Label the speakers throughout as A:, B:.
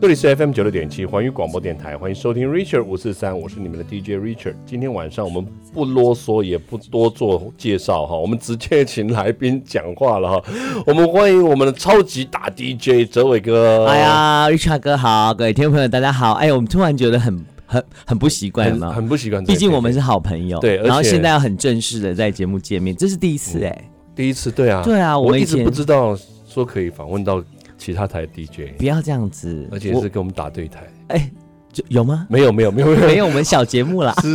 A: 这里是 FM 96.7环宇广播电台，欢迎收听 Richard 543，我是你们的 DJ Richard。今天晚上我们不啰嗦，也不多做介绍哈，我们直接请来宾讲话了哈。我们欢迎我们的超级大 DJ 哲伟哥。
B: 哎呀 ，Richard 哥好，各位听众朋友大家好。哎，我们突然觉得很不习惯吗？
A: 很不习惯，
B: 毕竟我们是好朋友，
A: 对，
B: 然后现在要很正式的在节目见面，这是第一次哎，
A: 第一次，对啊，
B: 对啊，
A: 我一直不知道说可以访问到其他台的 DJ，
B: 不要这样子，
A: 而且是跟我们打对台。
B: 哎，有吗？
A: 没有，
B: 没有，我们小节目啦。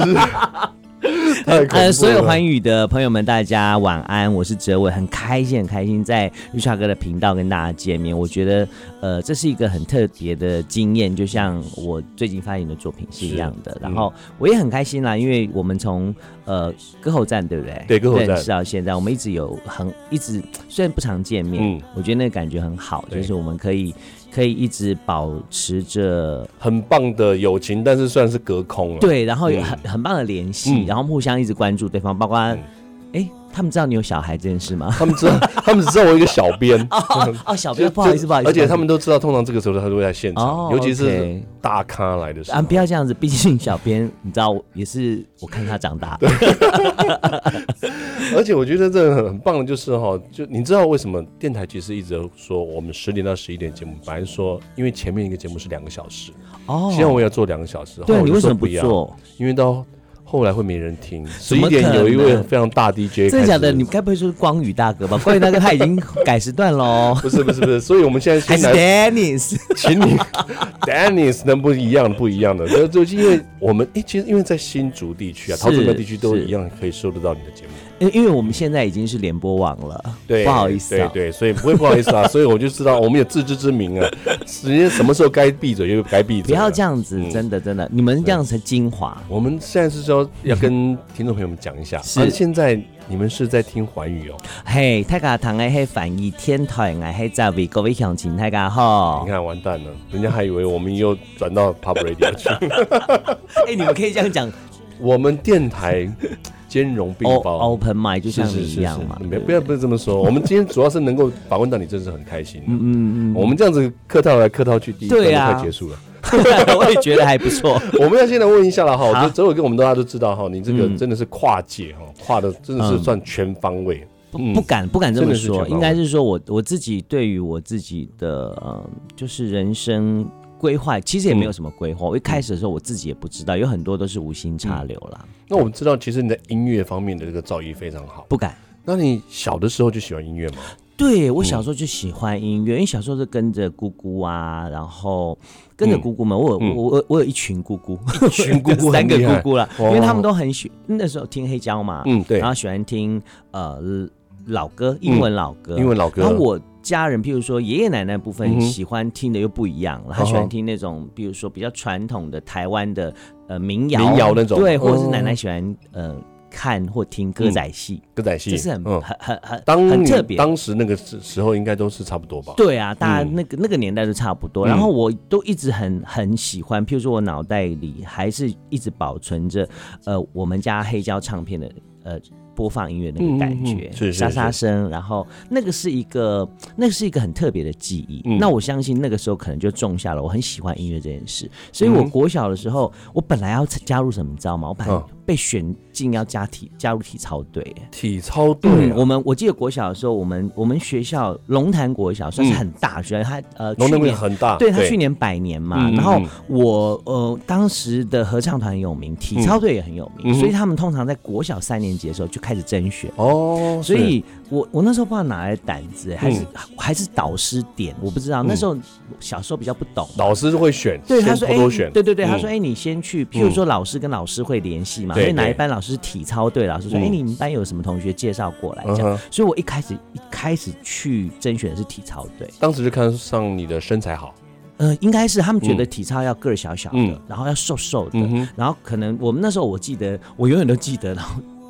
B: 所有环宇的朋友们，大家晚安，我是哲伟，很开心在Richard哥的频道跟大家见面。我觉得这是一个很特别的经验，就像我最近发行的作品是一样的。然后我也很开心啦，因为我们从歌后站对不对？
A: 对，歌后站认
B: 识到现在，我们一直虽然不常见面，我觉得那个感觉很好，就是我们可以一直保持着
A: 很棒的友情，但是算是隔空了。
B: 对，然后有很棒的联系，然后互相一直关注对方，包括他们知道你有小孩这件事吗？
A: 他们只知道我一个小编
B: 小编不好意思，
A: 而且他们都知道，通常这个时候他都会在现场，尤其是大咖来的时候。
B: 不要这样子，毕竟小编你知道也是我看他长大的。
A: 而且我觉得这个很棒的就是就你知道为什么电台其实一直说我们10点到11点节目，本来说因为前面一个节目是2个小时，现在我也要做2个小时。
B: 对，你为什么不做？
A: 因为到后来会没人听。11点有一位非常大 DJ，
B: 真的假的？你该不会说是光宇大哥吧？光宇大哥他已经改时段喽。
A: 不是，所以我们现在
B: 还是 Dennis，
A: 请你 Dennis 那不一样的，就因为我们其实因为在新竹地区啊，桃竹苗地区都一样可以收得到你的节目。
B: 因为我们现在已经是联播网了，
A: 对，
B: 不好意思
A: 对，所以不会不好意思啊，所以我就知道我们有自知之明啊，直接什么时候该闭嘴就该闭嘴。
B: 不要这样子，真的，你们这样才精华。
A: 我们现在是说要跟听众朋友们讲一下，现在你们是在听环语哦。
B: 嘿，大家堂的翻译天台的迄在为各位乡亲大家好。
A: 你看完蛋了，人家还以为我们又转到 Pop Radio 去。
B: 你们可以这样讲，
A: 我们电台兼容并包
B: ，open mic 就像你一样嘛。
A: 不要这么说，我们今天主要是能够访问到你，真是很开心。我们这样子客套来客套去，第一段就快结束了。
B: 我也觉得还不错。
A: 我们要先来问一下了哈，哲伟跟我们大家都知道哈，你这个真的是跨界哈，跨的真的是算全方位。
B: 不敢这么说，应该是说我自己对于我自己的就是人生规划其实也没有什么规划，我一开始的时候我自己也不知道，有很多都是无心插柳啦。
A: 那我们知道其实你在音乐方面的这个造诣非常好。
B: 不敢。
A: 那你小的时候就喜欢音乐吗？
B: 对，我小时候就喜欢音乐，因为小时候是跟着姑姑啊，然后跟着姑姑们，我有一群姑姑
A: ，3
B: 个姑姑啦，因为他们都很喜那时候听黑胶嘛，
A: 对，
B: 然后喜欢听老歌，英文老歌，然后我家人，譬如说爷爷奶奶部分喜欢听的又不一样了，他喜欢听那种，比如说比较传统的台湾的民谣
A: 那种，
B: 对，或者是奶奶喜欢看或听歌仔戏，
A: 这是
B: 很特别。
A: 当时那个时候应该都是差不多吧？
B: 对啊，大家那个年代都差不多。然后我都一直很喜欢，譬如说我脑袋里还是一直保存着我们家黑胶唱片的播放音乐那个感觉，沙沙声，然后那个是一个很特别的记忆。那我相信那个时候可能就种下了我很喜欢音乐这件事。所以我国小的时候，我本来要加入什么，你知道吗？我本来被选进要加入体操队。
A: 体操队，
B: 我记得国小的时候，我们学校龙潭国小算是很大学，它
A: 龙潭很大，
B: 对，它去年100年嘛。然后我当时的合唱团很有名，体操队也很有名，所以他们通常在国小3年级的时候就开始甄选。所以我那时候不知道哪来的胆子，还是导师点，我不知道。那时候小时候比较不懂，
A: 导师会选，
B: 对，他说
A: 偷偷选，
B: 对，他说你先去，譬如说老师跟老师会联系嘛，所以哪一班老师是体操队，老师说你们班有什么同学介绍过来这样。所以我一开始去甄选的是体操队，
A: 当时就看上你的身材好。
B: 应该是他们觉得体操要个儿小小的，然后要瘦瘦的，然后可能我们那时候我永远都记得，然后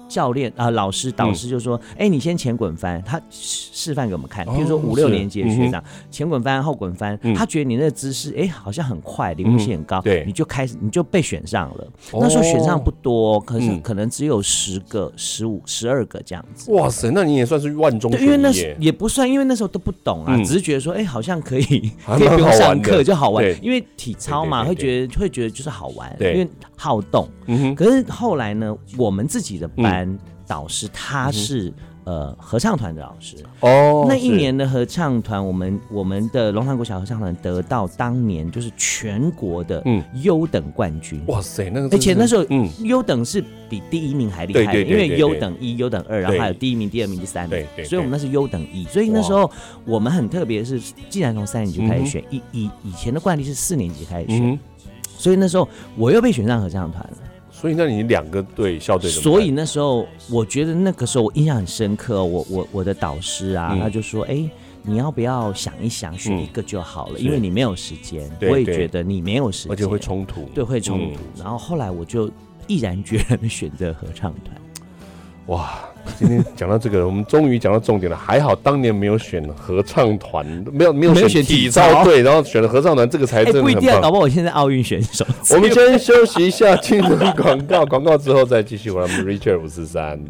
B: 教练老师导师就说，你先前滚翻，他示范给我们看，比如说5、6年级的学长，前滚翻后滚翻，他觉得你那个姿势好像很快，灵活性很高，
A: 对，
B: 你就被选上了。那时候选上不多，可能只有10个、15、12个这样子。
A: 哇塞，那你也算是万中选一耶。
B: 因为那也不算，因为那时候都不懂啊，只是觉得说，好像可以
A: 不
B: 用上课就好玩，因为体操嘛，
A: 对
B: 会觉得就是好玩，
A: 对，
B: 因为好动。可是后来呢，我们自己的班导师他是合唱团的老师那一年的合唱团，我们的龙潭国小合唱团得到当年就是全国的优等冠军。
A: 哇塞，那个
B: 而且那时候优等是比第1名还厉害的，因为优等1、优等2，然后还有第1名、第2名、第3名，所以我们那是优等1。所以那时候我们很特别，是既然从3年级开始选，以前的惯例是4年级开始选，所以那时候我又被选上合唱团了。
A: 所以那你2个队校队，
B: 所以那时候我觉得那个时候我印象很深刻，我的导师啊，他就说，你要不要想一想，选一个就好了，因为你没有时间。我也觉得你没有时间，
A: 而且会冲突，
B: 对，会冲突。然后后来我就毅然决然的选择合唱团。
A: 哇，今天讲到这个，我们终于讲到重点了。还好当年没有选合唱团，没有选体操队，然后选了合唱团，这个才真的很棒。
B: 不一定，搞不好我现在奥运选手。
A: 我们先休息一下，进入广告，广告之后再继续。我们 Richard 543。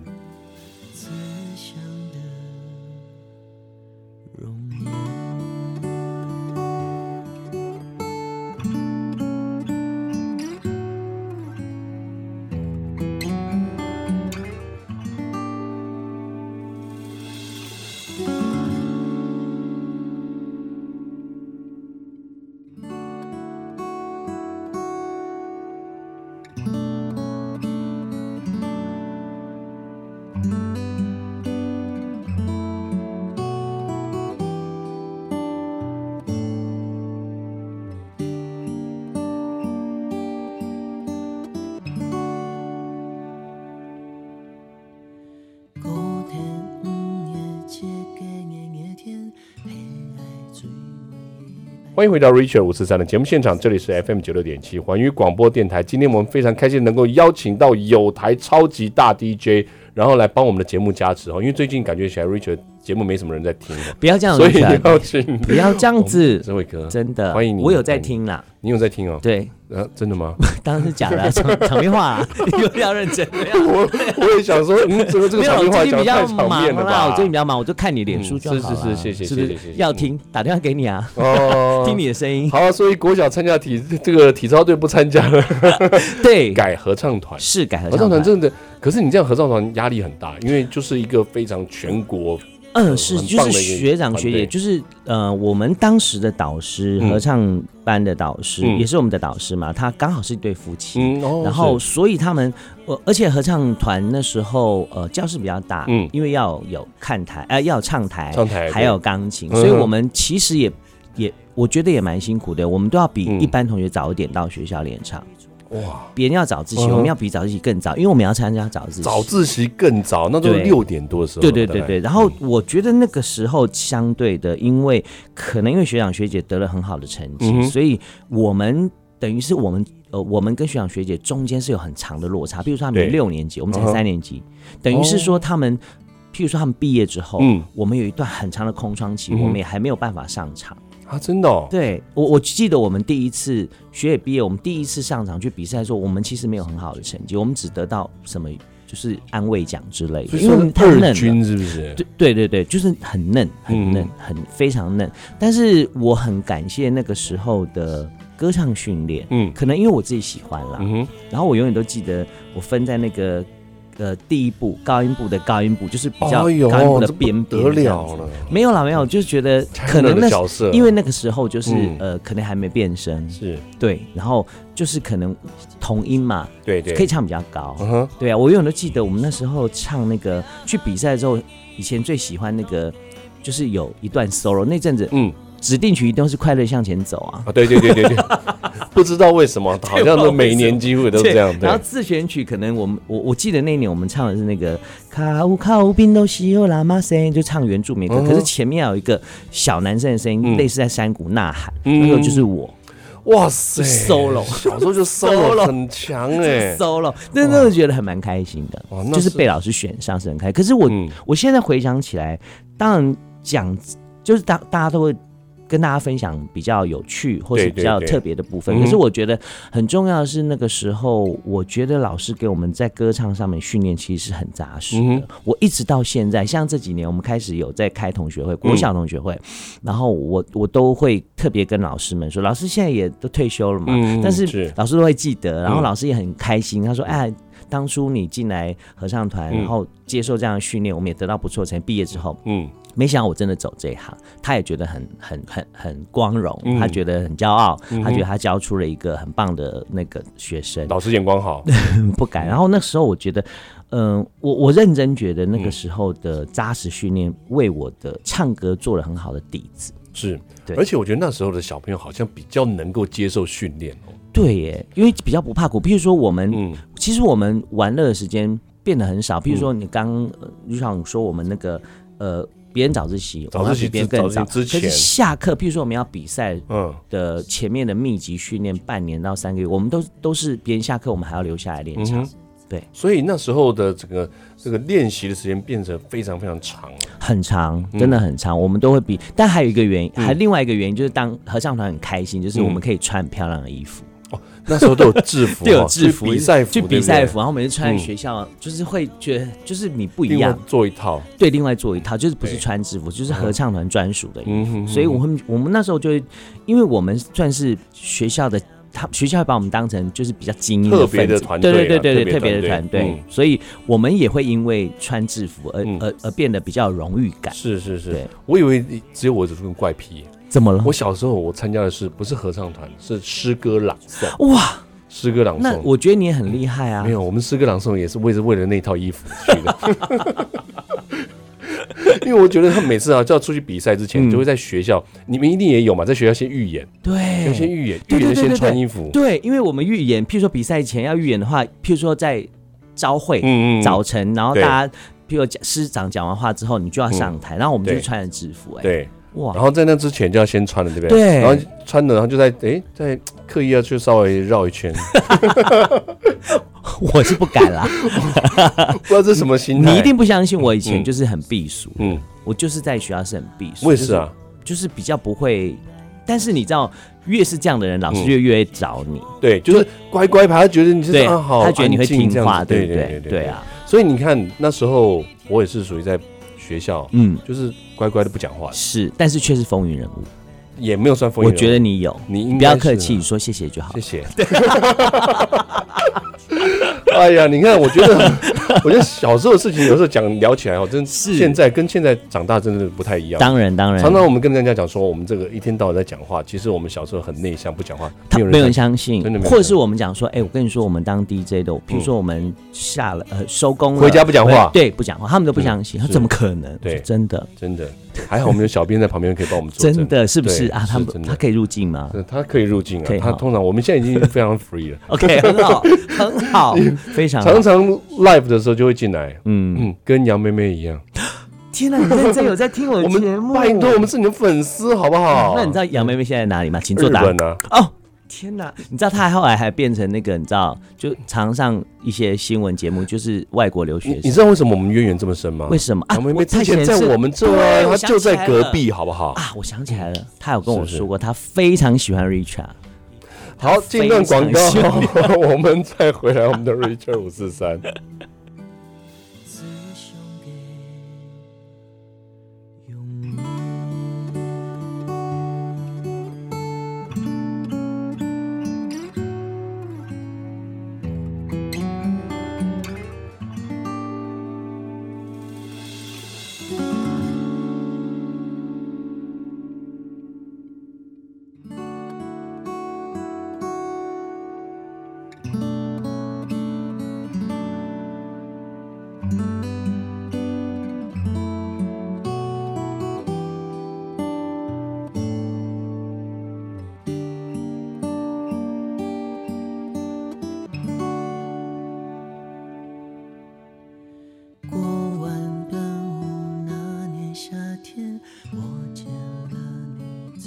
A: 欢迎回到 Richard 543的节目现场，这里是 FM 96.7环宇广播电台。今天我们非常开心能够邀请到有台超级大 DJ， 然后来帮我们的节目加持，因为最近感觉起来 Richard 节目没什么人在听，
B: 不要这样，
A: 所以邀请
B: 不要这样子，
A: 这位哥
B: 真的
A: 欢迎你，
B: 我有在听啦，
A: 你有在听哦？
B: 对，
A: 真的吗？
B: 当然是假的，场面话又要认真。
A: 我也想说，这个场面话讲太场面了吧？
B: 我最近比较忙，我就看你脸书就好了。
A: 是，谢谢。
B: 要听打电话给你啊，听你的声音。
A: 好，所以国小参加这个体操队不参加了，
B: 对，
A: 改合唱团
B: 是改
A: 合唱团，真的。可是你这样合唱团压力很大，因为就是一个非常全国。
B: 是，就是学长学姐，就是我们当时的导师，合唱班的导师，也是我们的导师嘛，他刚好是一对夫妻，然后所以他们，而且合唱团那时候教室比较大，因为要有看台，要有唱台，还有钢琴，所以我们其实也我觉得也蛮辛苦的，我们都要比一般同学早一点到学校练唱。哇！别人要早自习，我们要比早自习更早，因为我们要参加早自习。早
A: 自习更早，那都是6点多的时候。
B: 对。然后我觉得那个时候相对的，因为学长学姐得了很好的成绩，所以我们等于是我们跟学长学姐中间是有很长的落差。比如说他们6年级，我们才3年级，等于是说他们，譬如说他们毕业之后，我们有一段很长的空窗期，我们也还没有办法上场。
A: 啊，真的
B: 对，我记得我们第一次学姐毕业，我们第一次上场去比赛的时候，我们其实没有很好的成绩，我们只得到什么就是安慰奖之类的，因为我们太嫩了，是不是？对，就是很嫩，非常嫩。但是我很感谢那个时候的歌唱训练，可能因为我自己喜欢啦，然后我永远都记得我分在那个。第一部高音部的高音部就是比较高音部的边边，得了了，没有，就是觉得可能那因为那个时候就是可能还没变声，是对，然后就是可能同音嘛，对，可以唱比较高，对啊，我永远都记得我们那时候唱那个去比赛之后，以前最喜欢那个就是有一段 solo， 那阵子指定曲一定是快乐向前走啊！
A: 对，不知道为什么，好像都每年几乎都这样。
B: 然后自选曲可能我记得那年我们唱的是那个卡乌宾都西欧拉马声，就唱原住民歌，可是前面有一个小男生的声音，类似在山谷呐喊，那时候就是我。
A: 哇塞
B: ，solo，
A: 小时候就 solo 很强哎
B: ，solo， 真的觉得还蛮开心的，就是被老师选上是很开心。可是我现在回想起来，当然讲就是大家都会跟大家分享比较有趣或是比较特别的部分，可是我觉得很重要的是那个时候，我觉得老师给我们在歌唱上面训练其实是很扎实的。我一直到现在，像这几年我们开始有在开同学会，国小同学会，然后我都会特别跟老师们说，老师现在也都退休了嘛，但是老师都会记得，然后老师也很开心，他说哎。当初你进来合唱团，然后接受这样的训练，我们也得到不错成绩。毕业之后，没想到我真的走这一行，他也觉得很光荣，他觉得很骄傲，他觉得他教出了一个很棒的那个学生。
A: 老师眼光好，
B: 不敢。然后那时候我觉得，我认真觉得那个时候的扎实训练，为我的唱歌做了很好的底子。
A: 是，而且我觉得那时候的小朋友好像比较能够接受训练哦。
B: 对耶，因为比较不怕苦。譬如说我们，其实我们玩乐的时间变得很少。譬如说你刚就像说我们那个别人早自习，我们比别人更早。可是下课，譬如说我们要比赛的前面的密集训练半年到3个月，我们都是别人下课，我们还要留下来练唱。对，
A: 所以那时候的这个练习的时间变得非常非常长，
B: 很长，真的很长。我们都会比，但还有一个原因，还另外一个原因就是当合唱团很开心，就是我们可以穿很漂亮的衣服。
A: 那时候都有制服，
B: 对，有制服，
A: 比赛服，
B: 就比赛服，然后每次穿在学校，就是会觉得，就是你不一样，
A: 做一套，
B: 对，另外做一套，就是不是穿制服，就是合唱团专属的衣服。所以我们那时候就会，因为我们算是学校的，学校会把我们当成就是比较精英的分子，对，特别的团队，所以我们也会因为穿制服而变得比较有荣誉感。
A: 是，我以为只有我这种怪癖。
B: 怎么了？
A: 我小时候我参加的不是合唱团，是诗歌朗诵。哇，诗歌朗诵，
B: 那我觉得你也很厉害啊。
A: 没有，我们诗歌朗诵也是为了那套衣服去的。因为我觉得他每次就要出去比赛之前，就会在学校，你们一定也有嘛，在学校先预演，
B: 对，
A: 要先预演，先穿衣服，
B: 对，因为我们预演，譬如说比赛前要预演的话，譬如说在朝会早晨，然后大家譬如师长讲完话之后，你就要上台，然后我们就穿着制服，
A: 对。哇！然后在那之前就要先穿了，对不对？对。然后穿了，然后就在刻意要去稍微绕一圈。
B: 我是不敢啦，
A: 不知道这是什么心态。
B: 你一定不相信，我以前就是很避俗。我就是在学校是很避俗。
A: 我也是啊，
B: 就是比较不会。但是你知道，越是这样的人，老师就越会找你。
A: 对，就是乖乖牌，他觉得你是好，
B: 他觉得你会听话，对不对？对啊。
A: 所以你看那时候我也是属于在学校，就是乖乖的不讲话，
B: 是，但是却是风云人物，
A: 也没有算风云人物。
B: 我觉得你有，你不要客气，说谢谢就好。
A: 谢谢。哎呀，你看，我觉得小时候的事情有时候聊起来哦，真是现在长大真的不太一样。
B: 当然，
A: 常常我们跟人家讲说，我们这个一天到晚在讲话，其实我们小时候很内向，不讲话，
B: 没有人相信，
A: 真的没有。
B: 或者是我们讲说，我跟你说，我们当 DJ 的，比如说我们下了收工了，
A: 回家不讲话，
B: 对，不讲话，他们都不相信，他怎么可能？对，真的。还
A: 好我们有小编在旁边可以帮我们作证，
B: 真的是不是啊？他可以入境吗？
A: 他可以入境啊，他通常我们现在已经非常 free 了。
B: OK， 很好，很好，非常好。
A: 常常 live 的时候就会进来，跟杨妹妹一样。
B: 天哪，你认真有在听我的节目？
A: 拜托，我们是你的粉丝，好不好？
B: 那你知道杨妹妹现在在哪里吗？请作答。
A: 日本啊。
B: 哦。天哪！你知道他后来还变成那个，你知道，就常上一些新闻节目，就是外国留学生。
A: 你知道为什么我们渊源这么深吗？
B: 为什么
A: 啊？妹妹之前在我们这，他就在隔壁，好不好？
B: 啊，我想起来了，他有跟我说过，他非常喜欢 Richard。
A: 好，进段广告，我们再回来我们的 Richard 543。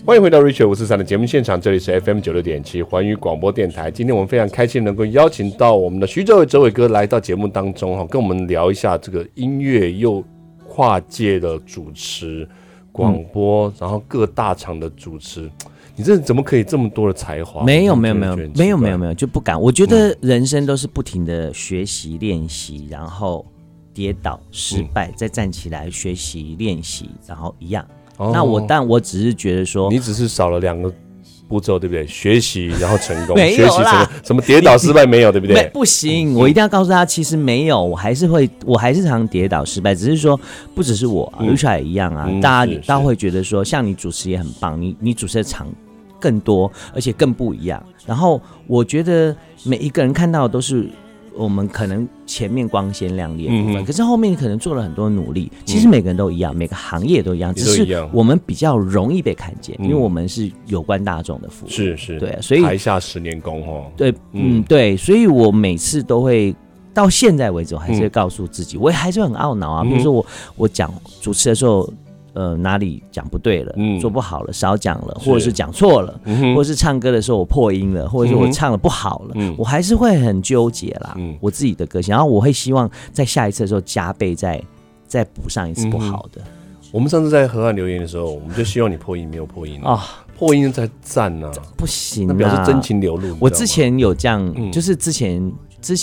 A: 欢迎回到 Richard 543的节目现场，这里是 FM96.7 环宇广播电台。今天我们非常开心能够邀请到我们的徐哲伟哲伟哥来到节目当中，跟我们聊一下这个音乐又跨界的主持、广播，然后各大场的主持。你这怎么可以这么多的才华？
B: 没有，就不敢。我觉得人生都是不停的学习、练习，然后跌倒、失败，再站起来学习、练习，然后一样。但我只是觉得说，
A: 你只是少了2个步骤，对不对？学习然后成功，
B: 没有啦，
A: 学习成功，什么跌倒失败没有，对不对？
B: 不行，我一定要告诉他，其实没有，我还是常跌倒失败，只是说不只是我，Richard 也一样啊。大家会觉得说，像你主持也很棒，你主持的场更多，而且更不一样。然后我觉得每一个人看到的都是我们可能前面光鲜亮丽的部分，可是后面可能做了很多努力。其实每个人都一样，每个行业都一样，只是我们比较容易被看见，因为我们是有关大众的服务。
A: 是，
B: 对，所以
A: 台下10年功哦。
B: 对，对，所以我每次都会到现在为止，我还是会告诉自己，我还是很懊恼啊。比如说我讲主持的时候。哪里讲不对了，做不好了，少讲了，或者是讲错了，或者是唱歌的时候我破音了，或者是我唱的不好了，我还是会很纠结啦，我自己的个性，然后我会希望在下一次的时候加倍再补上一次不好的。
A: 我们上次在河岸留言的时候，我们就希望你破音，没有破音啊，破音才赞啊，
B: 不行啊，
A: 那表示真情流露。
B: 我之前有这样，就是之前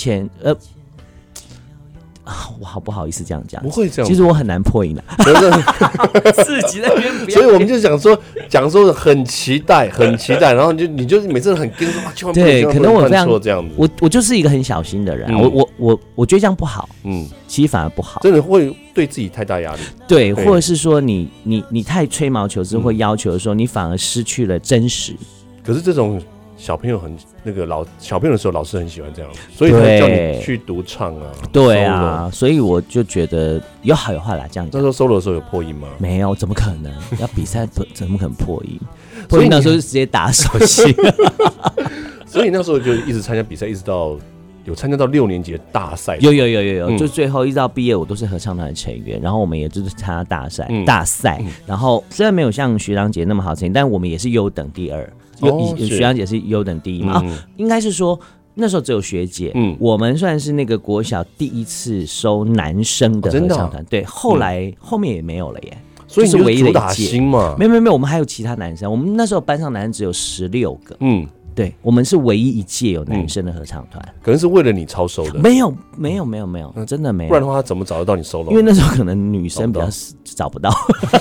B: 我好不好意思这样讲？
A: 不会这样，
B: 其实我很难破音的，自己在那边不要。
A: 所以我们就讲说很期待，然后你就每次很跟说千万不
B: 对，可能我
A: 这样子，
B: 我就是一个很小心的人，我觉得这样不好，其实反而不好，
A: 真的会对自己太大压力。
B: 对，或者是说你太吹毛求疵或要求的时候，你反而失去了真实。
A: 可是这种。小朋友小朋友的时候，老师很喜欢这样，所以才叫你去独唱啊。
B: 对啊，所以我就觉得有好有坏啦。这样讲，
A: 那时候 solo 的时候有破音吗？
B: 没有，怎么可能？要比赛怎么可能破音？破音那时候就直接打手心。
A: 所以那时候就一直参加比赛，一直到有参加到6年级的大赛。
B: 有，就最后一直到毕业，我都是合唱团的成员。然后我们也就是参加大赛。然后虽然没有像学长姐那么好成绩，但我们也是优等第2。学长姐是优等第1嘛？应该是说那时候只有学姐。我们算是那个国小第一次收男生的合唱团，对，后面也没有了耶。
A: 所以你
B: 是唯一的一
A: 届嘛？
B: 没有，我们还有其他男生。我们那时候班上男生只有16个。对，我们是唯一一届有男生的合唱团。
A: 可能是为了你超收的？
B: 没有，真的没有。
A: 不然的话，他怎么找得到你solo？
B: 因为那时候可能女生比较找不到。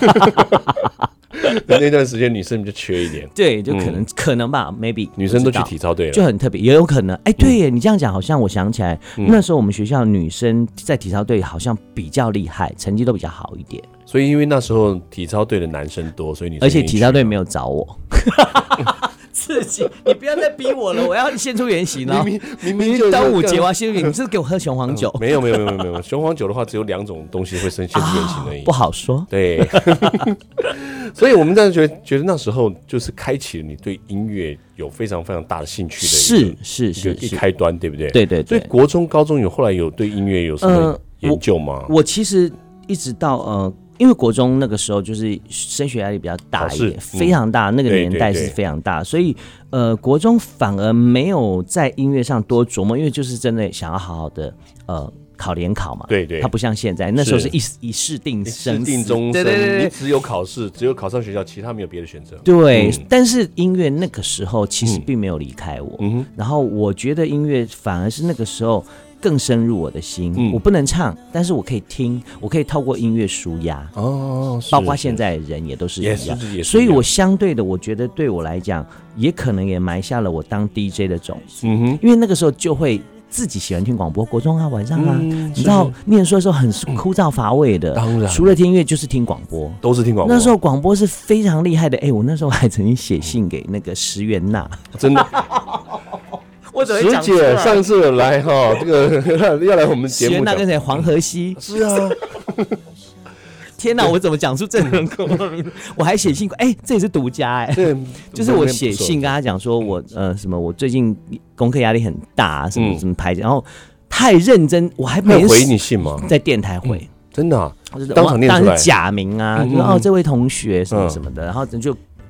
A: 那段时间女生比较缺一点，
B: 对，就可能吧 ，maybe
A: 女生都去体操队了，
B: 就很特别，也有可能。对耶，你这样讲，好像我想起来，那时候我们学校女生在体操队好像比较厉害，成绩都比较好一点。
A: 所以因为那时候体操队的男生多，所以女生
B: 而且体操队没有找我。刺激！你不要再逼我了，我要现出原形了。明明就端午节，我要现出原形，你是给我喝雄黄酒？
A: 没有，雄黄酒的话只有2种东西会现出原形而已，
B: 不好说。
A: 对，所以我们这样觉得那时候就是开启了你对音乐有非常非常大的兴趣的
B: 是
A: 一开端，对不对？
B: 对。
A: 所以国中、高中后来有对音乐有什么研究吗？
B: 我其实一直到因为国中那个时候就是升学压力比较大一点，非常大，那个年代是非常大，所以国中反而没有在音乐上多琢磨，因为就是真的想要好好的考联考嘛，
A: 对，
B: 它不像现在，那时候是一试定生死，
A: 定终身，
B: 对，
A: 你只有考试，只有考上学校，其他没有别的选择。
B: 对，但是音乐那个时候其实并没有离开我，然后我觉得音乐反而是那个时候更深入我的心。我不能唱，但是我可以听，我可以透过音乐抒压。包括现在人也都是一样。所以我相对的，我觉得对我来讲，也可能也埋下了我当 DJ 的种子。因为那个时候就会自己喜欢听广播，国中啊晚上啊，你知道念书的时候很枯燥乏味的，当然除了听音乐就是听广播，
A: 都是听广播。
B: 那时候广播是非常厉害的，我那时候还曾经写信给那个石原娜，
A: 真的。石姐上次有来哈，这个要来我们节目。石原娜
B: 跟谁？黄河西。
A: 是啊。
B: 天哪！我怎么讲出这人口的名字？我还写信过，这也是独家
A: 对，
B: 就是我写信跟他讲说我什么，我最近功课压力很大，什么排解，然后太认真，我还没
A: 回你信吗？
B: 在电台回，
A: 真的啊，当场念出来，
B: 当然是假名啊，就说这位同学什么什么的，然后就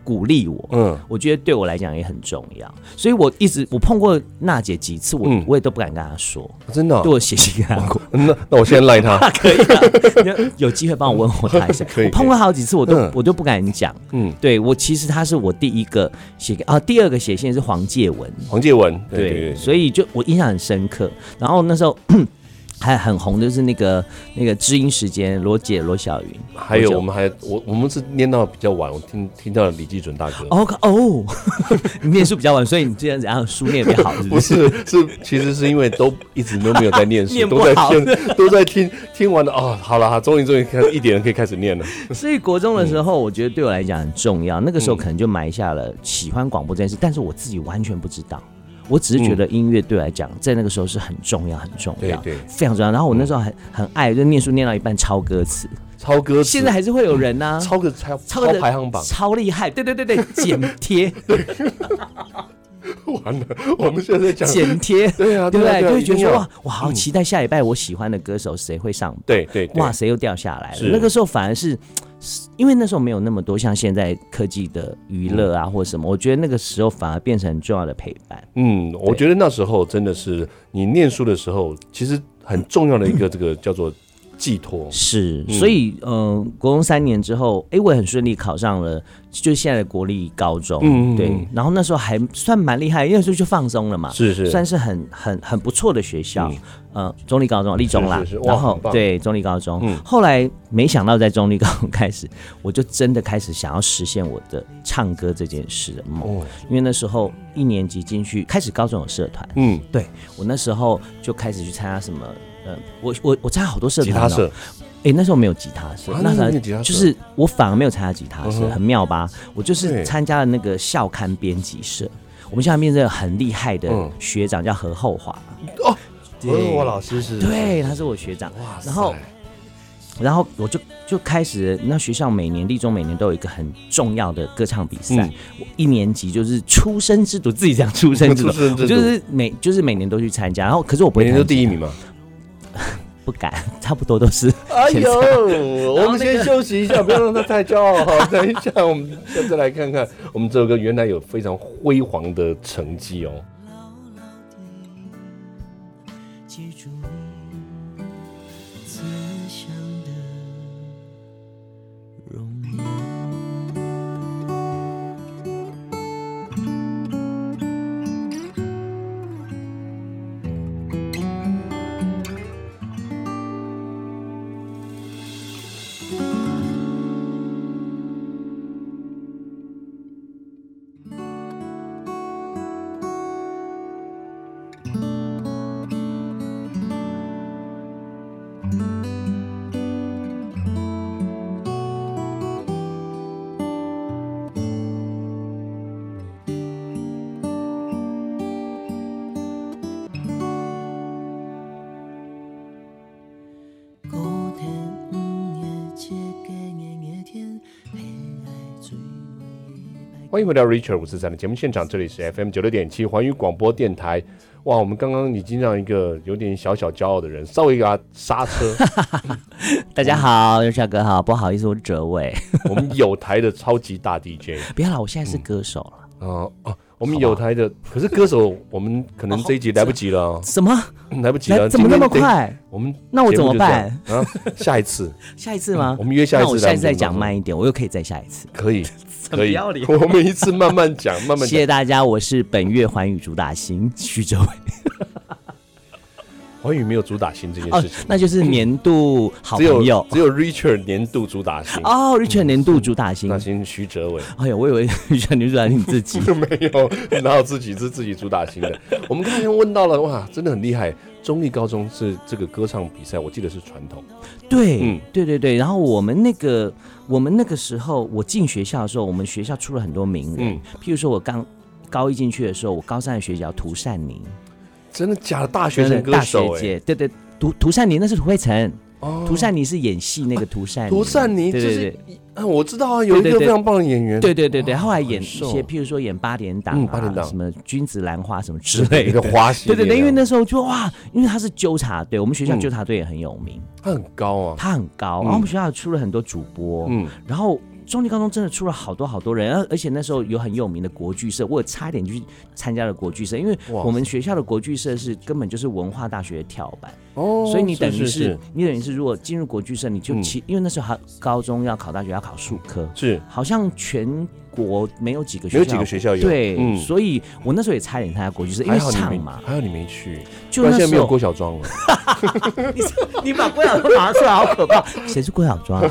B: 鼓励我，我觉得对我来讲也很重要，所以我碰过娜姐几次，我也都不敢跟她说，
A: 真的，
B: 对我写信跟她过。
A: 那我先赖她，
B: 可以啊，有机会帮我问候她一下。我碰过好几次，我都不敢讲。对我其实她是我第一个写第二个写信是黄介文，对，所以就我印象很深刻。然后那时候。还很红的就是那个知音时间，罗姐罗小云，
A: 还有我们是念到比较晚，我听到了李基准大哥。
B: 你念书比较晚，所以你这样怎样书念比较好，是
A: 不是？其实是因为一直都没有在念书，都在听完了好了，终于一点人可以开始念了。
B: 所以国中的时候，我觉得对我来讲很重要，那个时候可能就埋下了喜欢广播这件事，但是我自己完全不知道。我只是觉得音乐对我来讲，在那个时候是很重要，很重要，对，非常重要。然后我那时候很爱，就念书念到一半抄歌词，现在还是会有人啊，
A: 抄排行榜，
B: 超厉害，对，剪贴。
A: 完了，我们现在讲
B: 剪贴，
A: 对啊，
B: 对不对？就会觉得说哇，好期待下礼拜我喜欢的歌手谁会上榜，
A: 对，
B: 哇，谁又掉下来了。那个时候反而是。因为那时候没有那么多像现在科技的娱乐啊或者什么，我觉得那个时候反而变成很重要的陪伴。
A: 我觉得那时候真的是你念书的时候，其实很重要的一个这个叫做寄托。
B: 是，所以国中3年之后，我也很顺利考上了，就是现在的国立高中。对，然后那时候还算蛮厉害，因为那时候就放松了嘛，是，算是很不错的学校。中立高中、立中啦，然后对中立高中，后来没想到在中立高中开始，我就真的开始想要实现我的唱歌这件事的梦。因为那时候1年级进去，开始高中有社团，对我那时候就开始去参加什么，我参加好多社团，吉他社。那时候没有吉他社，那时候就是我反而没有参加吉他社，很妙吧？我就是参加了那个校刊编辑社。我们校刊编辑社很厉害的学长叫何厚华。
A: 何厚华老师是？
B: 对，他是我学长。然后我就开始，那学校立中每年都有一个很重要的歌唱比赛。我1年级就是出生之犊，自己讲出生之犊，我就是每年都去参加。然后可是我不会
A: 每年都第1名吗？
B: 不敢，差不多都是。
A: 哎呦，我们先休息一下，不要让他太骄傲。等一下，我们再来看看我们这首歌原来有非常辉煌的成绩哦。记住你慈祥的容颜。欢迎回到 Richard 543的节目现场，这里是 FM 96.7环宇广播电台。哇，我们刚刚已经让一个有点小骄傲的人稍微给他刹车。
B: 大家好，Richard哥好，不好意思，我是哲伟。
A: 我们有台的超级大 DJ。
B: 不要啦，我现在是歌手了。
A: 我们有台的，可是歌手我们可能这一集来不及了。
B: 什么？
A: 来不及了？
B: 怎么那么快？那我怎么办？
A: 下一次。
B: 下一次吗？
A: 我们约下一次。
B: 那我下一次再讲慢一点，我又可以再下一次。
A: 可以。我们一次慢慢讲，慢慢讲。
B: 谢谢大家，我是本月环宇主打星徐哲伟。
A: 环宇没有主打星这件事情，
B: 那就是年度好朋友，
A: 只有 Richard 年度主打星。
B: Richard 年度主打星，
A: 主打星徐哲伟。
B: 哎呀，我以为 Richard 年度主打星你自己
A: 没有，哪有自己是自己主打星的？我们刚才问到了，哇，真的很厉害。中立高中是这个歌唱比赛，我记得是传统。
B: 对。然后我们那个时候，我进学校的时候，我们学校出了很多名人，譬如说我刚高1进去的时候，我高3的学姐叫涂善妮。
A: 真的假的？大学生歌手？
B: 大学姐，对，涂善妮那是涂慧成。涂善妮是演戏那个涂善妮。
A: 涂善妮，对，我知道啊，有一个非常棒的演员。
B: 对，后来演一些，譬如说演8点档什么君子兰花什么之类的
A: 花系。
B: 对，因为那时候就哇，因为他是纠察队，我们学校纠察队也很有名。
A: 他很高啊，
B: 然后我们学校出了很多主播，然后中立高中真的出了好多人，而且那时候有很有名的国剧社，我有差一点就去参加了国剧社，因为我们学校的国剧社是根本就是文化大学的跳板。所以你等于是如果进入国剧社，你就因为那时候高中要考大学要考数科，
A: 是
B: 好像全国没有几个学校有，对，所以我那时候也差点参加国剧社，因为唱嘛。
A: 还好你没去，
B: 就那时候
A: 现在没有郭小庄了。
B: 你把郭小庄拿出来，好可怕！谁是郭小庄？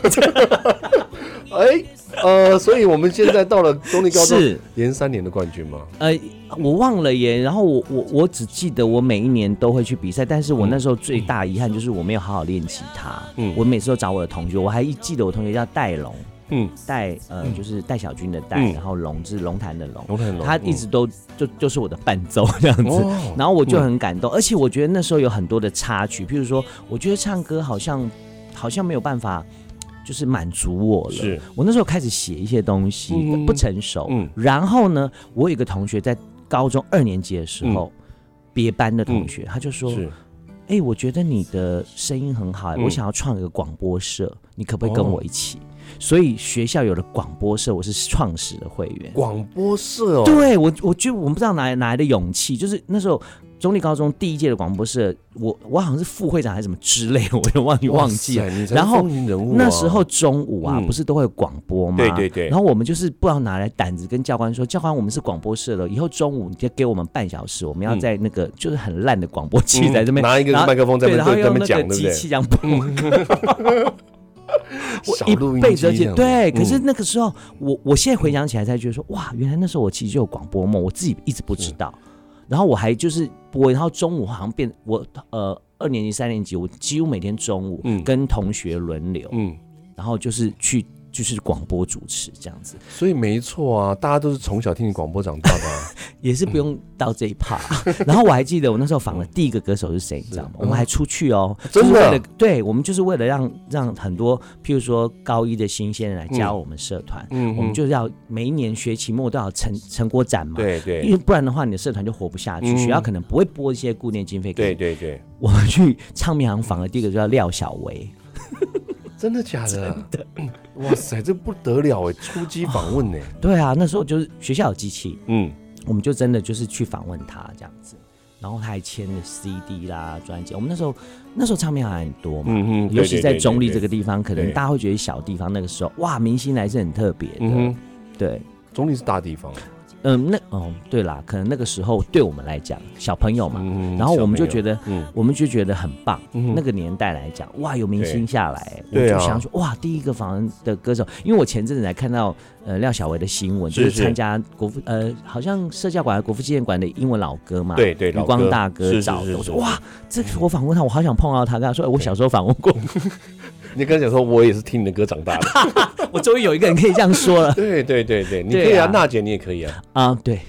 A: 所以我们现在到了中立高中，是连3年的冠军吗？
B: 我忘了耶。然后我只记得我每一年都会去比赛，但是我那时候最大遗憾就是我没有好好练吉他。我每次都找我的同学，我还记得我同学叫戴龙。就是戴小军的戴，然后龙是龙潭的龙，他一直都就是我的伴奏这样子，然后我就很感动，而且我觉得那时候有很多的插曲，譬如说，我觉得唱歌好像没有办法。就是满足我了，是我那时候开始写一些东西，不成熟。然后呢，我有一个同学在高中2年级的时候，别班的同学，他就说：“我觉得你的声音很好，我想要创一个广播社，你可不可以跟我一起？”所以学校有了广播社，我是创始的会员。广播社对我觉得我们不知道哪来的勇气，就是那时候。中立高中第1届的广播社，我好像是副会长还是什么之类，我就忘记了。然后那时候中午啊，不是都会有广播吗？对。然后我们就是不知道哪来胆子跟教官说，教官我们是广播社的，以后中午你就给我们半小时，我们要在那个就是很烂的广播器在这边
A: 拿一个麦克风在那边讲，对不对？
B: 机器这样播。我一辈子，而且对，可是那个时候，我现在回想起来才觉得说，哇，原来那时候我其实就有广播梦，我自己一直不知道。然后我还就是播，然后中午好像我2年级3年级，我几乎每天中午跟同学轮流，然后就是去就是广播主持这样子。
A: 所以没错啊，大家都是从小听你广播长大的
B: 也是不用到这一趴。然后我还记得我那时候访的第一个歌手是谁，你知道吗？我们还出去真的，对，我们就是为了让很多譬如说高1的新鲜人来加入我们社团，我们就是要每一年学期末都要成果展嘛，对，因为不然的话你的社团就活不下去，学校可能不会拨一些固定经费给你。对，我们去唱片行访的第一个就叫廖小维。
A: 真的假的？真的，哇塞，这不得了哎！出击访问呢？
B: 对啊，那时候就是学校有机器，我们就真的就是去访问他这样子，然后他还签了 CD 啦、专辑。我们那时候唱片还很多嘛，尤其在中立这个地方，可能大家会觉得小地方，那个时候哇，明星来是很特别的。对，
A: 中立是大地方。
B: 对啦，可能那个时候对我们来讲，小朋友嘛，然后我们就觉得很棒。那个年代来讲，哇，有明星下来，我就想说，哇，第一个访问的歌手，因为我前阵子才看到廖小维的新闻，就是参加好像社教馆、国父纪念馆的英文老歌嘛，对，余光大哥找的。我说哇，这个我访问他，我好想碰到他，跟他说，我小时候访问过。
A: 你跟他讲说，我也是听你的歌长大的。
B: 我终于有一个人可以这样说了。
A: 对，你可以啊，娜姐你也可以啊。对。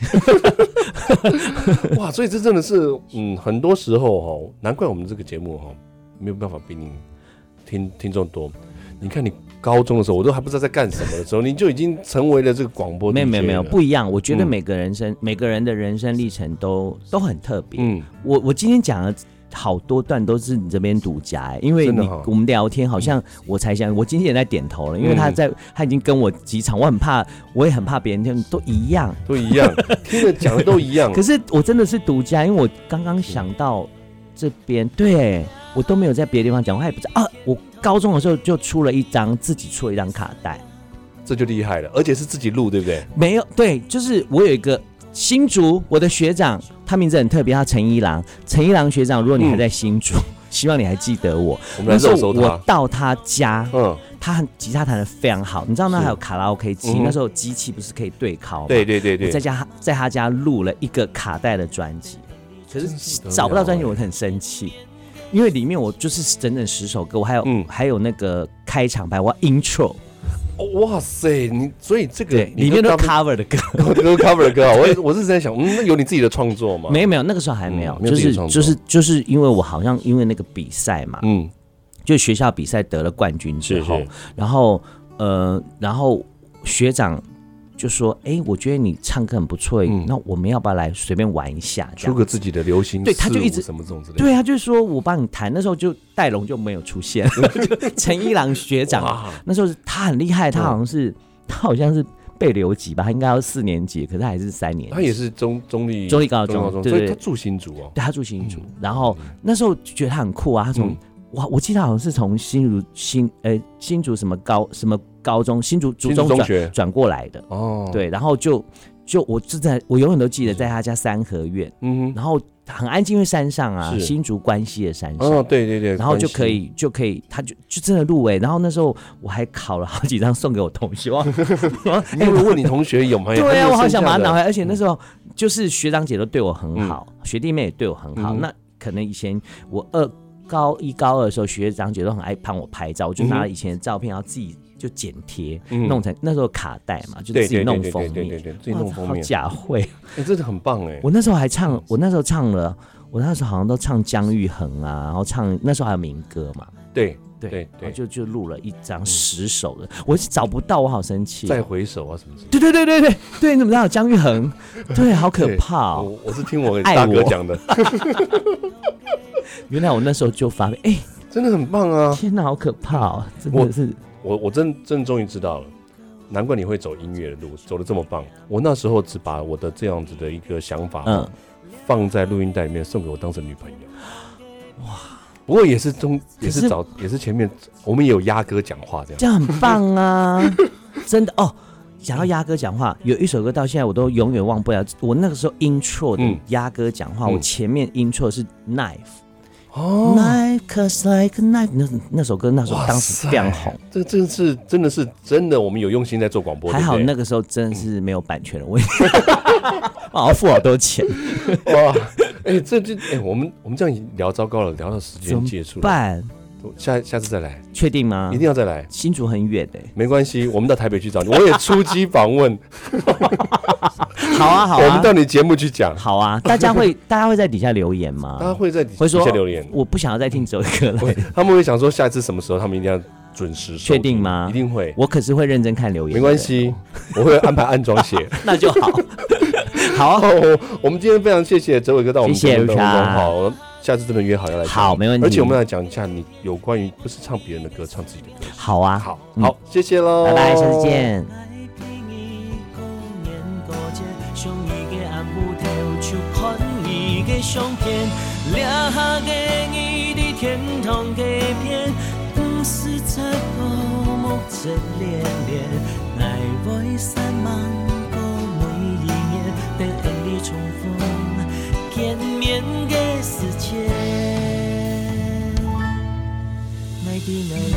A: 哇，所以这真的是，很多时候难怪我们这个节目没有办法比你听众多。你看你高中的时候，我都还不知道在干什么的时候，你就已经成为了这个广播 DJ 了。没有不一样。我觉得每个人的人生历程都很特别。我今天讲的。好多段都是你这边独家，因为我们聊天好像我才想，我今天也在点头了，因为他已经跟我几场，我也很怕别人听都一样，听了讲的都一样。可是我真的是独家，因为我刚刚想到这边，对我都没有在别的地方讲，我也不知道啊。我高中的时候就自己出了一张卡带， 这就厉害了，而且是自己录，对不对？
B: 没有，对，就是我有一个。新竹，我的学长，他名字很特别，他陈一郎学长。如果你还在新竹，希望你还记得我。
A: 那时候
B: 我到他家，他吉他弹得非常好。你知道那还有卡拉 OK 机，那时候机器不是可以对拷吗？对。我在他家录了一个卡带的专辑，可是找不到专辑，我很生气，因为里面我就是整整10首歌，我还有那个开场白，我 intro。
A: 哇塞，所以这个
B: 里面都 cover 的歌，
A: 都 cover 的歌啊！我是在想，那有你自己的创作吗？
B: 没有，那个时候还没有，就是因为我好像因为那个比赛嘛，就学校比赛得了冠军之后，然后学长就说：“我觉得你唱歌很不错，那我们要不要来随便玩一下？
A: 出个自己的流行？”
B: 对，他就一直
A: 什么这种之类的。
B: 对，他就是说我帮你弹。那时候就戴龙就没有出现，就陈一郎学长那时候他很厉害，他好像是他好像是被留级吧，他应该要4年级，可是他还是3年级。
A: 他也是中立
B: 高中，对
A: 所以他住新竹哦。
B: 对，他住新竹，然后那时候觉得他很酷啊，他从我记得好像是从新竹什么高中新竹中学转过来的哦，对，然后就我永远都记得在他家三合院，然后很安静，因为山上啊，新竹关西的山上，
A: 对，
B: 然后就可以，他就真的入围，然后那时候我还考了好几张送给我同学，
A: 你有问你同学有没有？
B: 对啊，我好想把它拿回来，而且那时候就是学长姐都对我很好，学弟妹也对我很好，那可能以前我高1高2的时候，学长姐都很爱帮我拍照，我就拿了以前的照片，然后自己就剪贴，弄成那时候卡带嘛，就自己弄封面，
A: 对，自己弄封面，
B: 好假会，
A: 真的很棒哎！
B: 我那时候唱，我那时候好像都唱姜育恒啊，然后唱那时候还有民歌嘛，
A: 对，
B: 然后就录了一张10首的，我找不到，我好生气。
A: 再回首啊什么？
B: 对，你怎么知道姜育恒？对，好可怕哦！
A: 我是听我大哥讲的。
B: 原来我那时候就发现，
A: 真的很棒啊！
B: 天哪，好可怕哦！真的是，
A: 我真终于知道了，难怪你会走音乐的路，走得这么棒。我那时候只把我的这样子的一个想法，放在录音带里面送给我当时的女朋友。哇！不过也是前面我们也有鸭哥讲话这样
B: 很棒啊！真的哦。讲到鸭哥讲话，有一首歌到现在我都永远忘不了。我那个时候 intro 的鸭哥讲话，我前面 intro 是 knife。Knife cuts like a knife， 那首歌那时候当时非常红。
A: 这真的，我们有用心在做广播。
B: 还好那个时候真的是沒有版权的问题，我要付好多钱。
A: 哇，我们这样聊糟糕了，聊到时间结束了，怎么
B: 办？
A: 下次再来，
B: 确定吗？
A: 一定要再来。
B: 新竹很远
A: 没关系，我们到台北去找你，我也出击访问。
B: 好啊，
A: 我们到你节目去讲。
B: 好啊，大家会在底下留言吗？
A: 大家会在底下留言。
B: 我不想要再听这首歌了。
A: 他们会想说下一次什么时候，他们一定要准时收听。
B: 确定吗？
A: 一定会。
B: 我可是会认真看留言。
A: 没关系，我会安排安装写。
B: 那就好。好，
A: 我们今天非常谢谢哲伟哥到我们节目中，好。下次真的约好要来，
B: 好，没问题。
A: 而且我们来讲一下你有关于不是唱别人的歌，唱自己的歌。
B: 好啊，
A: 好，谢谢喽，
B: 拜拜，下次见。
C: 见面的时间，来的。